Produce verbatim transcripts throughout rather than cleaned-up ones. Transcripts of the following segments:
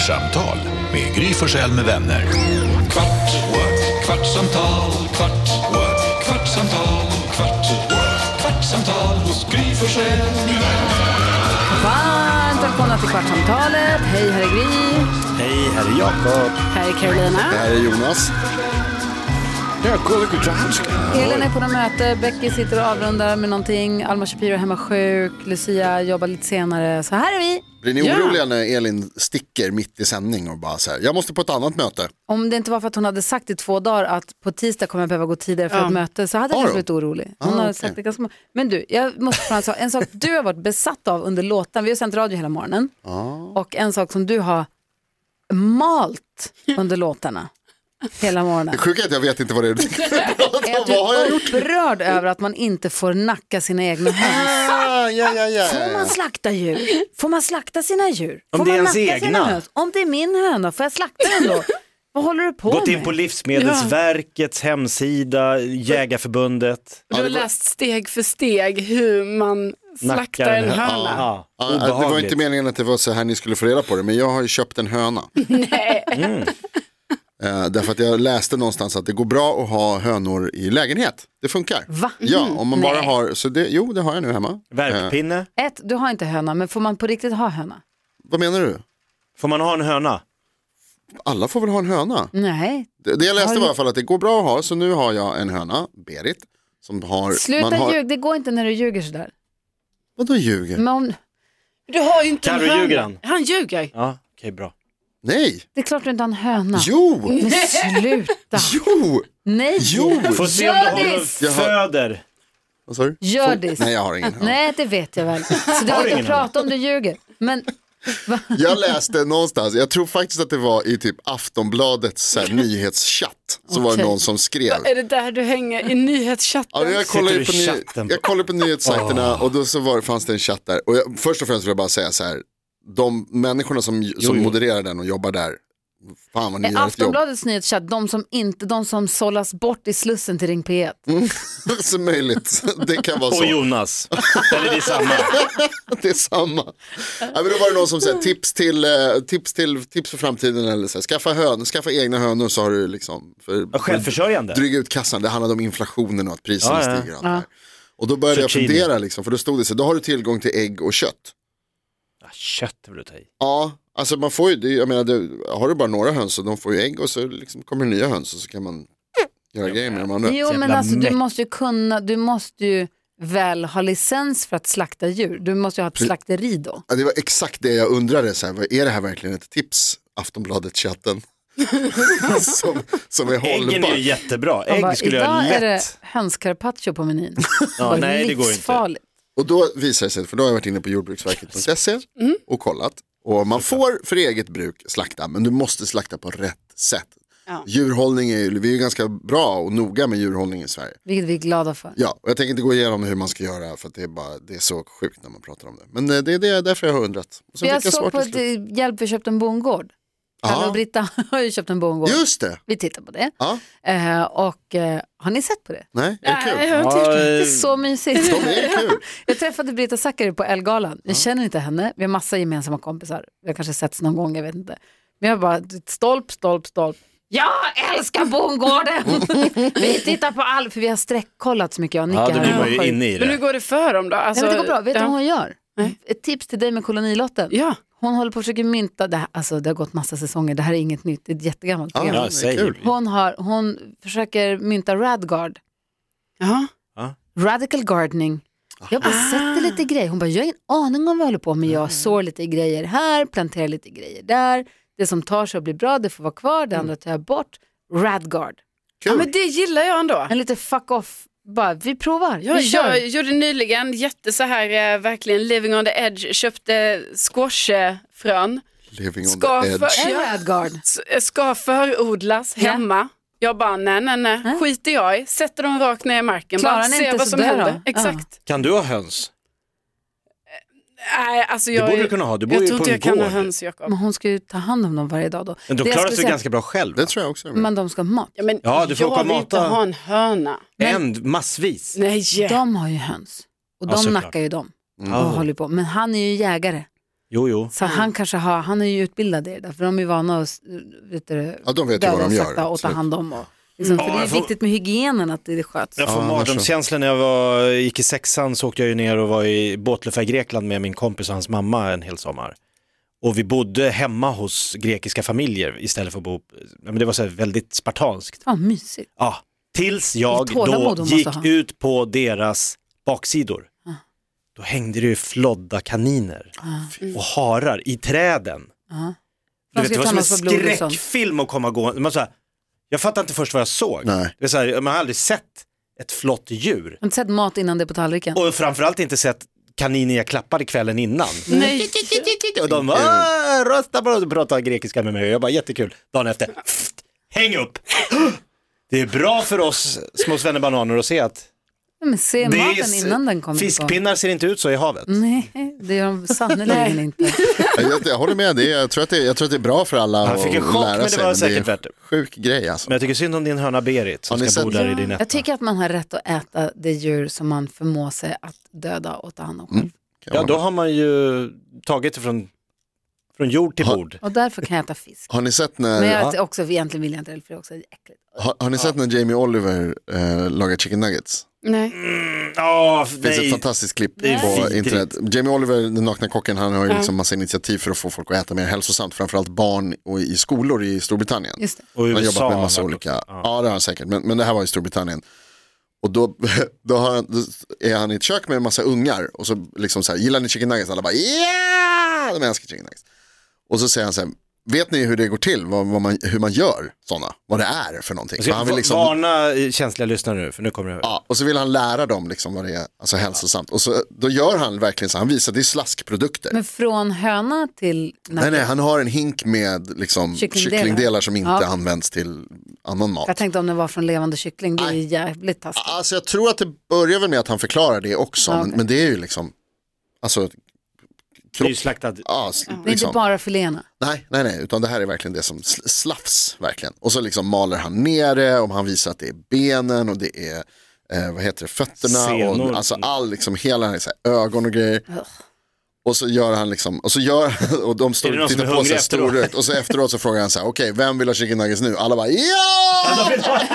Kvartsamtal med Gry Forssell med vänner. Kvart, what? Kvartsamtal, kvart, what? Kvartsamtal, kvart, what? Kvartsamtal hos Gry Forssell med vänner. Varmt välkomna till Kvartsamtalet. Hej, här är Gry. Hej, här är Jakob. Här är Carolina. Här är Jonas. Elin är på något möte. Becky sitter och avrundar med någonting. Alma Shapiro är hemma sjuk. Lucia jobbar lite senare. Så här är vi. Blir ni oroliga ja. när Elin sticker mitt i sändning och bara så här, jag måste på ett annat möte? Om det inte var för att hon hade sagt i två dagar att på tisdag kommer jag behöva gå tidigare för ja. ett möte, så hade jag blivit orolig. Hon ah, har okay. sagt det ganska många. Men du, jag måste fråga en sak. En sak du har varit besatt av under låten. Vi har sänt radio hela morgonen. Ah. Och en sak som du har malt under låtarna. Hela morgonen. Det sjuka är att jag vet inte vad det är. Är du vad har jag gjort? Upprörd över att man inte får nacka sina egna höns? Ah, ja, ja, ja. Får man slakta djur? Får man slakta sina djur? Får Om det är man ens egna? Om det är min höna, får jag slakta den då? Vad håller du på Gått med? in på Livsmedelsverkets ja. hemsida, Jägarförbundet. Du har läst steg för steg hur man slaktar en höna. Ja, ja. Ja, det var inte meningen att det var så här ni skulle få reda på det, men jag har ju köpt en höna. Nej. Mm. Uh, därför att jag läste någonstans att det går bra att ha hönor i lägenhet. Det funkar. Va? Ja, om man Nej. bara har, så det, jo det har jag nu hemma. Värppinne. Uh, Ett, du har inte höna, men får man på riktigt ha höna? Vad menar du? Får man ha en höna? Alla får väl ha en höna? Nej. Det, det jag läste du... var i alla fall att det går bra att ha, så nu har jag en höna, Berit, som har... Sluta man har... ljug, det går inte när du ljuger sådär. Vadå ljuger? Men om... Du har ju inte kan en du höna. Ljuger han? Han ljuger. Ja, okej, okay, bra. Nej. Det är klart du inte har en höna. Jo. Men sluta. Jo. Nej. Jo. Får se om du håller föder. Vad sa du? Gör det. Nej, jag har ingen höna. Nej, det vet jag väl. Så det går inte att prata om du ljuger. Men... Va? Jag läste någonstans, jag tror faktiskt att det var i typ Aftonbladets så här, nyhetschatt. Så okay. var det någon som skrev. Är det där du hänger i nyhetschatten? Ja, jag kollade på, ny, jag kollade på nyhetssajterna oh. och då så var, fanns det en chatt där. Och jag, först och främst vill jag bara säga så här. De människorna som, jo, som modererar den och jobbar där, fan vad ni gör ett jobb. Aftonbladets nyhetschatt, de som inte, de som sållas bort i slussen till Ring P ett. Mm, så möjligt, det kan vara så. Och Jonas, eller det är samma. Det är samma. Ja, men då var det någon som säger tips till, tips till tips för framtiden eller så här, skaffa hön, skaffa egna hönor så har du liksom för, ja, självförsörjande. Dryga ut kassan, det handlade om inflationen och att priserna ja, ja. stiger och allt ja. där. Och då började Zucchini. jag fundera liksom, för då stod det så, då har du tillgång till ägg och kött. Ja, kött vill du ta i. Ja, alltså man får ju, jag menar, det, har du bara några höns så de får ju ägg och så liksom kommer nya höns och så kan man göra grejer med de andra. Jo, men alltså du måste ju kunna, du måste ju väl ha licens för att slakta djur. Du måste ju ha ett slakteri då. Ja, det var exakt det jag undrade, så här, är det här verkligen ett tips, Aftonbladet-chatten? som, som är hållbar. Äggen är ju jättebra, ägg bara, skulle jag lätt. Idag är det hönscarpaccio på menyn. Ja, nej, det går inte. Och då visar det sig, för då har jag varit inne på jordbruksverket punkt se mm. och kollat. Och man får för eget bruk slakta, men du måste slakta på rätt sätt. Ja. Djurhållning är ju, vi är ju ganska bra och noga med djurhållning i Sverige. Vilket vi är glada för. Ja, och jag tänker inte gå igenom hur man ska göra för att det är, bara, det är så sjukt när man pratar om det. Men det är det, därför jag har undrat. Och jag såg på ett hjälp vi köpt en bondgård. Kalle och Britta har ju köpt en bondgård. Just det. Vi tittar på det. Ja. Uh, och uh, har ni sett på det? Nej, är det kul? Nej, jag har det är så mysigt. De är kul. Jag träffade Britta Zackari på Elgalan. Jag ja. känner inte henne. Vi har massa gemensamma kompisar. Vi har kanske setts någon gång, jag vet inte. Men jag bara, stolp, stolp, stolp. Jag älskar bondgården! Vi tittar på allt, för vi har sträckkollat så mycket. Jag ja, då blir man ju inne i det. Men hur går det för dem då? Alltså, ja, det går bra. Vet du ja. vad hon gör? Nej. Ett tips till dig med kolonilotten. Ja. Hon håller på att försöka mynta, det, här, alltså, det har gått massa säsonger, det här är inget nytt, det är ett jättegammalt ja, program. Ja, hon, har, hon försöker mynta Radguard. Jaha. Ja. Radical gardening. Jag bara ah. sätter lite grejer. Hon bara, jag har ingen aning om vad jag håller på med. Jag sår lite grejer här, planterar lite grejer där. Det som tar sig och blir bra, det får vara kvar. Det andra tar jag bort. Radguard. Ja, men det gillar jag ändå. En lite fuck off. Bara, vi provar. Jag, vi jag gjorde nyligen jätte så här, verkligen living on the edge. Köpte squashfrön. Living on ska the edge. För, Radguard. Ska förodlas hemma. Yeah. Jag bara, nej, nej, nej. Äh? Skiter jag i. Sätter dem rakt ner i marken. Klarar bara se vad som händer. Då? Exakt. Uh. Kan du ha höns? Nej, alltså jag, det borde du kunna ha. Du bor jag ju tror på inte en jag kan gård. ha höns, Jakob. Men hon ska ju ta hand om dem varje dag då. Men då klarar du sig ganska bra själv. Det tror jag också. Men de ska ha mat. Ja, men ja, du får jag vill mata. inte ha en höna. En, massvis. Nej. De har ju höns. Och de ja, nackar ju dem. Mm. Och håller på. Men han är ju jägare. Jo, jo. Så han kanske har, han är ju utbildad i det, för de är vana att vet du, ja, de vet ju vad de gör och ta hand om. Och, liksom, ja, för det är får, viktigt med hygienen att det sköts. Jag får ja, mardrömskänslan när jag var, gick i sexan, så åkte jag ju ner och var i båtluffa i Grekland med min kompis och hans mamma en hel sommar. Och vi bodde hemma hos grekiska familjer istället för att bo, men det var så här väldigt spartanskt. Ja, mysigt. Ja, tills jag då gick ut på deras baksidor. Ah. Då hängde det ju flodda kaniner ah. och harar i träden. Ah. Du vet, det var som en skräckfilm att komma och gå. Man så här, jag fattar inte först vad jag såg. Nej. Det är så här, man har aldrig sett ett flott djur. Man har inte sett mat innan det på tallriken. Och framförallt inte sett kaniner jag klappade kvällen innan. Nej. Och de bara, rösta på och pratade grekiska med mig. Och jag bara, jättekul. Dagen efter, pft, häng upp. Det är bra för oss små svennebananer att se att men se maten är, innan den kommer. Fiskpinnar ser inte ut så i havet. Nej, det gör de sannoliken inte. jag, jag håller med dig. Jag tror att det, jag tror att det är bra för alla att lära chock, men det sig. Var säkert det är en sjuk grej alltså. Men jag tycker synd om din höna Berit som ska bo där i din etta. Jag tycker att man har rätt att äta det djur som man förmår sig att döda och ta hand om själv. Mm. Ja, då har man ju tagit det från, från jord till bord. Och därför kan jag äta fisk. Har ni sett när... Men jag också, egentligen vill jag inte, för det är också äckligt. Har, har ni sett när Jamie Oliver äh, lagar chicken nuggets? Nej. Mm, oh, det finns ett fantastiskt klipp på nej. internet. Jamie Oliver, den nakna kocken, han har ju liksom massa initiativ för att få folk att äta mer hälsosamt. Framförallt barn och i skolor i Storbritannien. Just det. Och i U S A, han har jobbat med massa olika. Ja. ja, det har han säkert. Men, men det här var i Storbritannien. Och då, då, har han, då är han i ett kök med en massa ungar. Och så liksom så här, gillar ni chicken nuggets? Alla bara, yeah! De älskar chicken nuggets. Och så säger han så här, vet ni hur det går till? Vad, vad man, hur man gör sådana? Vad det är för någonting? Jag ska han vill liksom... varna känsliga lyssnare nu, för nu kommer det... Ja, och så vill han lära dem liksom vad det är, alltså hälsosamt. Och så, då gör han verkligen så, han visar, det är slaskprodukter. Men från höna till... Nej, nej, han har en hink med liksom kycklingdelar, kycklingdelar som inte ja. används till annan mat. Jag tänkte om det var från levande kyckling, det är nej. jävligt taskigt. Alltså jag tror att det börjar väl med att han förklarar det också, ja, okay. men, men det är ju liksom, alltså... Nyslaktad. Ja, liksom. Det är inte bara filéerna. Nej, nej, nej, utan det här är verkligen det som slafs, verkligen. Och så liksom maler han ner det, och han visar att det är benen och det är, eh, vad heter det, fötterna. Senor. Och alltså all, liksom hela här, så här, ögon och grejer. Ugh. Och så gör han liksom, och så gör och de står och tittar på sig storrökt. Och så efteråt så frågar han så här, okej, okay, vem vill ha chicken nuggets nu? Alla bara, ja!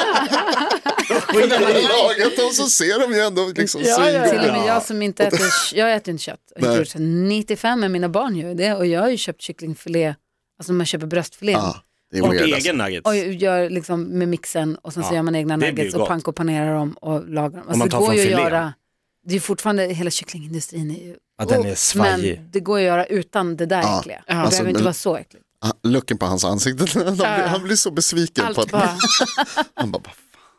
Och så ser de ju ändå liksom ja, ja, till och med jag som inte äter, jag äter inte kött. Jag gjort nittiofem med mina barn gör det. Och jag har ju köpt kycklingfilé, alltså man köper bröstfilé. Ah, det är och weird, egen nuggets. Och gör liksom med mixen och sen ja, så gör man egna nuggets och pankopanerar dem och lagar dem. Alltså det går ju att göra, det är fortfarande, hela kycklingindustrin är ju, ja, den är svajig. Men det går att göra utan det där ja, äckliga. Det alltså, behöver inte vara så äckligt. Looken på hans ansikte, han blir, uh, han blir så besviken. Allt på att bara. Han bara,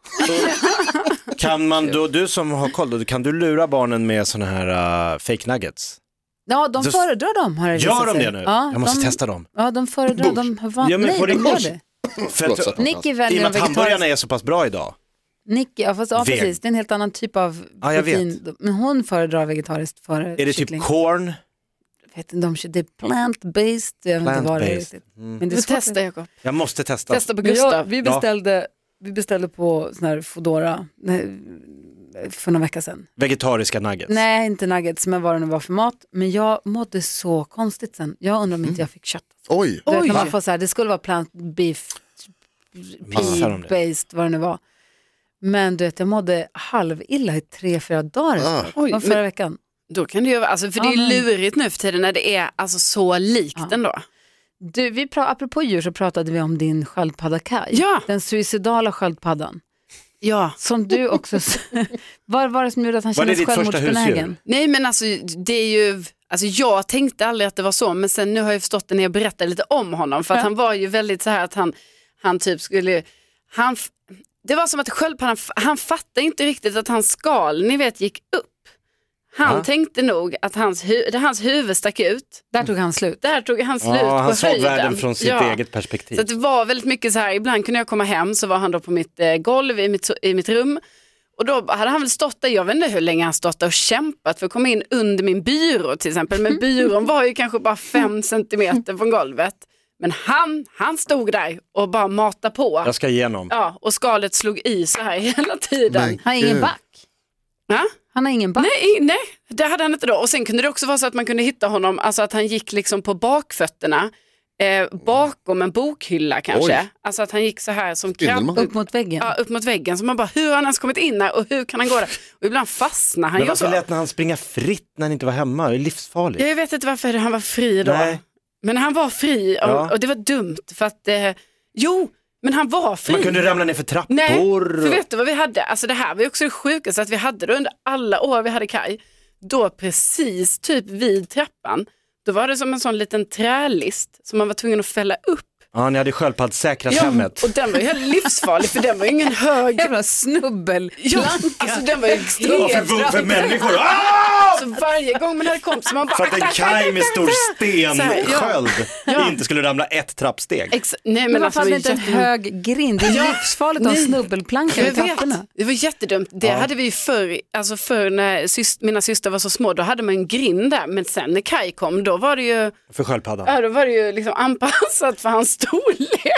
kan man då, du som har koll då, kan du lura barnen med såna här uh, fake nuggets? Ja, de så, föredrar dem. Har gör de det nu? Ja, jag måste de, testa dem. Ja, de föredrar dem. Ja, men nej, på de gör det. För att, Nicky väljer i och med att hamburgarna är så pass bra idag. Nicky, ja, fast, ja precis, det är en helt annan typ av ja, jag protein. Vet. Men hon föredrar vegetariskt före Är det kyckling. typ corn? Vet inte, de, det är plant-based. Jag vet inte vad det är. Mm. Men det är testa, Jakob. Jag måste testa. Testa på Gustav. Jag, vi, beställde, ja. vi beställde på sån här Foodora för några veckor sedan. Vegetariska nuggets? Nej, inte nuggets, men vad det nu var för mat. Men jag mådde så konstigt sen. Jag undrar om inte jag fick kött. Oj! Vet, när man får så här, det skulle vara plant beef pea-based, vad det nu var. Men du vet, jag mådde halvilla i tre, fyra dagar. Ah. Oj, förra veckan. Då kan det ju, alltså, för det är ju lurigt nu för tiden när det är alltså så likt ja. ändå. Du, vi pra- apropå djur så pratade vi om din sköldpadda Kaj. Ja. Den suicidala sköldpaddan. Ja. Som du också... Vad var det som gjorde att han kändes självmordsbenägen? Nej, men alltså det är ju... Alltså jag tänkte aldrig att det var så, men sen nu har jag förstått det när jag berättade lite om honom. För att ja. han var ju väldigt så här att han, han typ skulle... Han, det var som att sköldpaddan, han fattade inte riktigt att hans skal, ni vet, gick upp. Han ja. tänkte nog att hans, hu- hans huvud stack ut. Där tog han slut. Där tog han slut ja, på han såg höjden. världen från sitt ja. eget perspektiv. Så det var väldigt mycket så här, ibland kunde jag komma hem så var han då på mitt eh, golv i mitt, i mitt rum. Och då hade han väl stått där, jag vet inte hur länge han stått där och kämpat för att komma in under min byrå till exempel. Men byrån var ju kanske bara fem centimeter från golvet. Men han, han stod där och bara matade på. Jag ska igenom. Ja, och skalet slog i så här hela tiden. Han har ingen back. Ja? Han har ingen back? Nej, nej, det hade han inte då. Och sen kunde det också vara så att man kunde hitta honom, alltså att han gick liksom på bakfötterna. Eh, bakom en bokhylla kanske. Oj. Alltså att han gick så här som krabb upp mot väggen. Ja, upp mot väggen. Så man bara, hur har han ens kommit in här och hur kan han gå där? Och ibland fastnar han. Men varför lät när han springa fritt när han inte var hemma? Det är livsfarligt. Jag vet inte varför han var fri då. Nej. Men han var fri och, ja. och det var dumt för att, eh, jo, men han var fri. Man kunde ramla ner för trappor. Nej, för vet du vad vi hade? Alltså det här var ju också det sjukaste att vi hade det under alla år vi hade Kaj. Då precis typ vid trappan. Då var det som en sån liten trälist som man var tvungen att fälla upp. Ja, ni hade sköldpaddssäkrat ja, hemmet. Och den var ju helt livsfarlig för den var ju ingen hög... Jävla snubbel. Ja, alltså den var ju extremt... För, för människor. Så varje gång man hade kommit så man bara... För att en kaj med stor stensköld ja. inte skulle ramla ett trappsteg. Ex- nej, men, men alltså, varför det inte en jätte... hög grind? Det är ja. livsfarligt att ha snubbelplankor i trapporna. Det var jättedumt. Det ja. hade vi ju förr, alltså förr när syst- mina syster var så små, då hade man en grind där. Men sen när Kaj kom, då var det ju... För sköldpaddan. Ja, då var det ju liksom anpassat för hans storlek.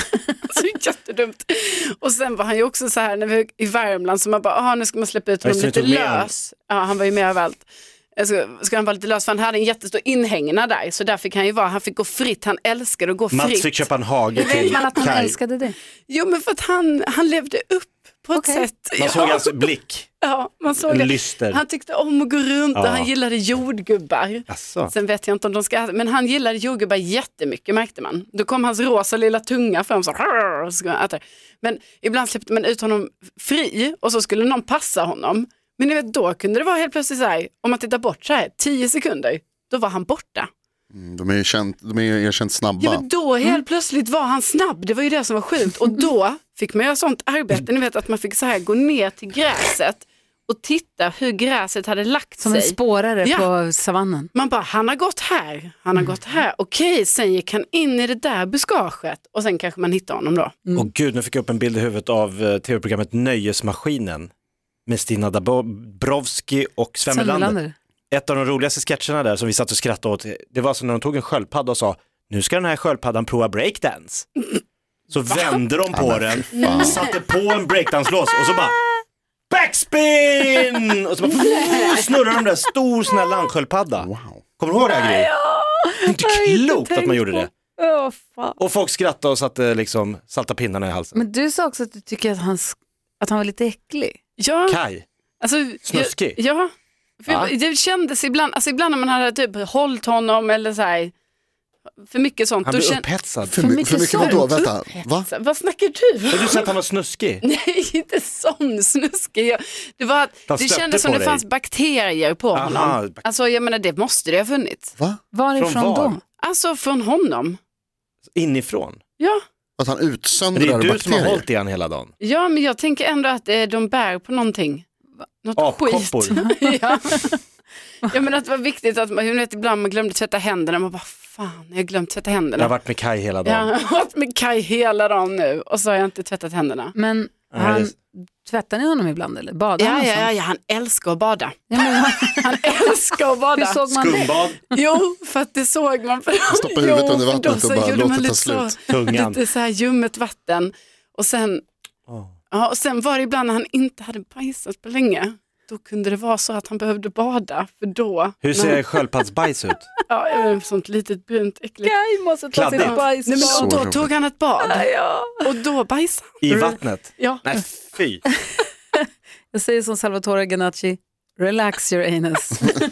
Så jättedumt. Och sen var han ju också så här när vi i Värmland så man bara, ah, nu ska man släppa ut honom lite lös. Ja, han var ju med överallt. Ska, ska han vara lite lös för han hade en jättestor inhängna där. Så där fick han ju vara, han fick gå fritt. Han älskade att gå Mats fritt. fick köpa en hage till Kaj. Vet man att han Kaj. älskade det? Jo, men för att han, han levde upp på okay. ett sätt. Man såg ja. alltså blick. Ja, man såg en lyster. Han tyckte om att gå runt ja. och han gillade jordgubbar. Asså. Sen vet jag inte om de ska, men han gillade jordgubbar jättemycket, märkte man. Då kom hans rosa lilla tunga fram så, så äta. Men ibland släppte man ut honom fri och så skulle någon passa honom. Men ni vet, då kunde det vara helt plötsligt så här, om man tittar bort så här, tio sekunder, då var han borta. Mm, de är ju känt, de är ju erkänt snabba. Ja, men då helt mm. plötsligt var han snabb, det var ju det som var sjukt. Och då fick man göra sånt arbete, ni vet att man fick så här gå ner till gräset och titta hur gräset hade lagt som sig. Som en spårare ja. på savannen. Man bara, han har gått här, han har mm. gått här. Okej, sen gick han in i det där buskaget och sen kanske man hittar honom då. Mm. Och gud, nu fick jag upp en bild i huvudet av tv-programmet Nöjesmaskinen med Stina Dabrowski och Sven Melander. Ett av de roligaste sketcherna där som vi satt och skrattade åt, det var så när de tog en sköldpadda och sa, nu ska den här sköldpaddan prova breakdance. Så Va? vände de på ja, den, satte på en breakdance-lås och så bara backspin! Och så bara snurrar de där stor sån här landsköldpadda. Wow. Kommer du ihåg det här grejen? Det är inte klokt att man gjorde det. Oh, fan. Och folk skrattade och satte liksom salta pinnarna i halsen. Men du sa också att du tycker att han, att han var lite äcklig. Ja. Kaj. Alltså, snuskig. Ja. ja. För ja. Det kändes ibland, alltså ibland när man hade typ hållit honom eller så här, för mycket sånt. Han blev upphetsad. För, för mycket, för mycket vadå? Vänta. Va? Vad snackar du? Har du sett att han var snuskig? Nej, inte sån snuskig. Jag, det var, det kändes som det dig. fanns bakterier på Aha. honom. Alltså jag menar, det måste det ha funnits. Va? Varifrån var? då? Alltså från honom. Inifrån? Ja. Att han utsöndrar bakterier. Det är du som har hållit i han hela dagen. Ja, men jag tänker ändå att de bär på någonting. Något Apkoppor. skit. ja. ja, men att det var viktigt att man, vet, ibland man glömde tvätta händerna. Man bara, fan, jag har glömt tvätta händerna. Jag har varit med Kaj hela dagen. Ja, jag har varit med Kaj hela dagen nu. Och så har jag inte tvättat händerna. Men han, tvättar ni honom ibland eller badar ja, han? Ja, ja, ja, han älskar att bada. Ja, men, han älskar att bada. Hur såg man Skumbad? Det? Jo, för att det såg man. För, Stoppa huvudet under vattnet och bara låta det ta slut. Tungan. Lite så här ljummet vatten. Och sen, oh. ja, och sen var det ibland när han inte hade bajsat på länge. Då kunde det vara så att han behövde bada. För då... Hur ser när... sköldpaddsbajs ut? Ja, sånt litet brunt äckligt. Kaj måste ta sitt bajs. Nej, men, och då tog han ett bad. Ja, ja. Och då bajsade han. I vattnet? Ja. Nej, fy. Jag säger som Salvatore Ganacci, relax your anus.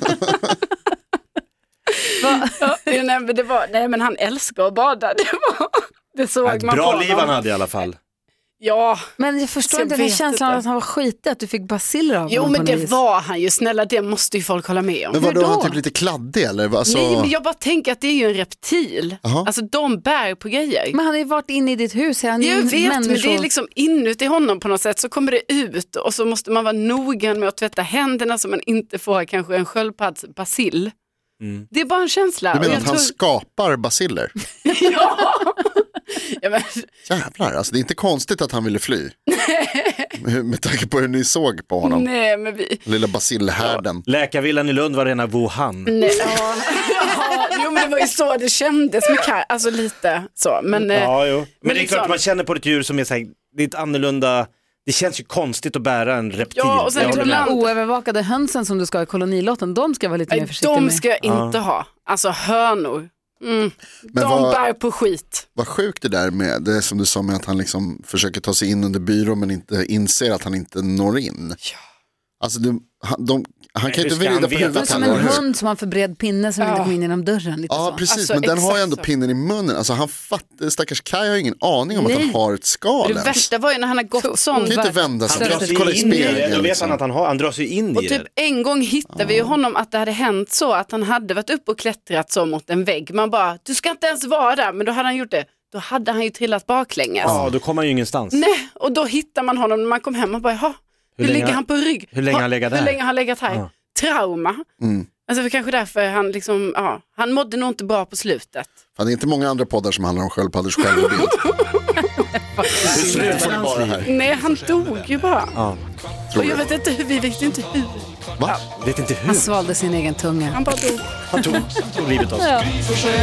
Va? Ja, nej, men det var, nej, men han älskar att bada. Det, var, det såg ett man bra på liv han hade i alla fall. Ja. Men jag förstår jag inte den här känslan av att han var skitig, att du fick baciller av jo, honom. Jo, men det vis. var han ju. Snälla, det måste ju folk hålla med om. Men var då han typ lite kladdig eller? Alltså... Nej, men jag bara tänker att det är ju en reptil. Aha. Alltså de bär på grejer. Men han har ju varit inne i ditt hus. Han jag vet, människor. Men det är liksom inuti honom på något sätt. Så kommer det ut och så måste man vara noggrann med att tvätta händerna så man inte får kanske en sköldpaddsbacill. Mm. Det är bara en känsla. Du menar att tror... han skapar baciller? Ja. Ja, men... Jävlar, alltså det är inte konstigt att han ville fly. med, med tanke på hur ni såg på honom. Nej, men vi... Lilla bacillhärden. Ja. Läkarvillan i Lund var rena Wuhan. Nej, ja. Ja, jo, men det var ju så det kändes med Kaj. Alltså lite så. Men, ja, jo. Men, men men det är klart att man känner på ett djur som är så här, det är ett annorlunda Det känns ju konstigt att bära en reptil. Ja, och sen de där oövervakade hönsen som du ska ha i kolonilotten, de ska vara lite Nej, mer försiktiga med. De ska jag inte ja. ha. Alltså hönor. Mm. De vad, bär på skit. Vad sjukt det där med, det är som du sa med att han liksom försöker ta sig in under byrån men inte inser att han inte når in. Ja. Alltså de, han, de, han kan ju inte vrida på huvudet. Som en hund som har för bred pinne som ja. inte kommer in genom dörren. Lite ja, så. precis, alltså, men den har ju ändå så. pinnen i munnen. Alltså han fattar, stackars Kaj har ingen aning om Nej. att han har ett skal. Det värsta var ju när han har gått sån. Han kan inte vända sig, han, han kolla i spegeln. Då vet han att han, har, han drar sig in och i typ det. En gång hittade ja. vi ju honom att det hade hänt så att han hade varit upp och klättrat så mot en vägg. Man bara, du ska inte ens vara där, men då hade han gjort det. Då hade han ju trillat baklänges. Ja, då kom han ju ingenstans. Nej, och då hittar man honom när man kom hem och bara, jaha. Hur, hur ligger han på rygg? Hur länge har han legat där? Hur länge har han legat här? Ja. Trauma. Mm. Alltså för kanske därför han liksom, ja, han mådde nog inte bra på slutet. Fan, det är inte många andra poddar som handlar om sköldpaddors självbild. Nej, han dog ju bara. Ja. Och jag vet inte hur, vi vet inte hur. Va? Ja. Vet inte hur. Han svalde sin egen tunga. Han bara dog. Han tog, tog livet av sig. Ja.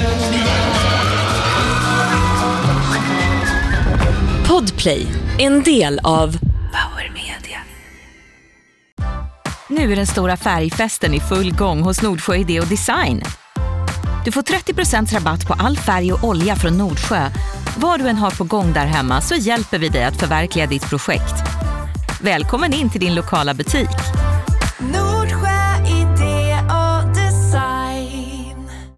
Podplay, en del av Power Media. Nu är den stora färgfesten i full gång hos Nordsjö Idé och Design. Du får trettio procent rabatt på all färg och olja från Nordsjö. Vad du än har på gång där hemma så hjälper vi dig att förverkliga ditt projekt. Välkommen in till din lokala butik.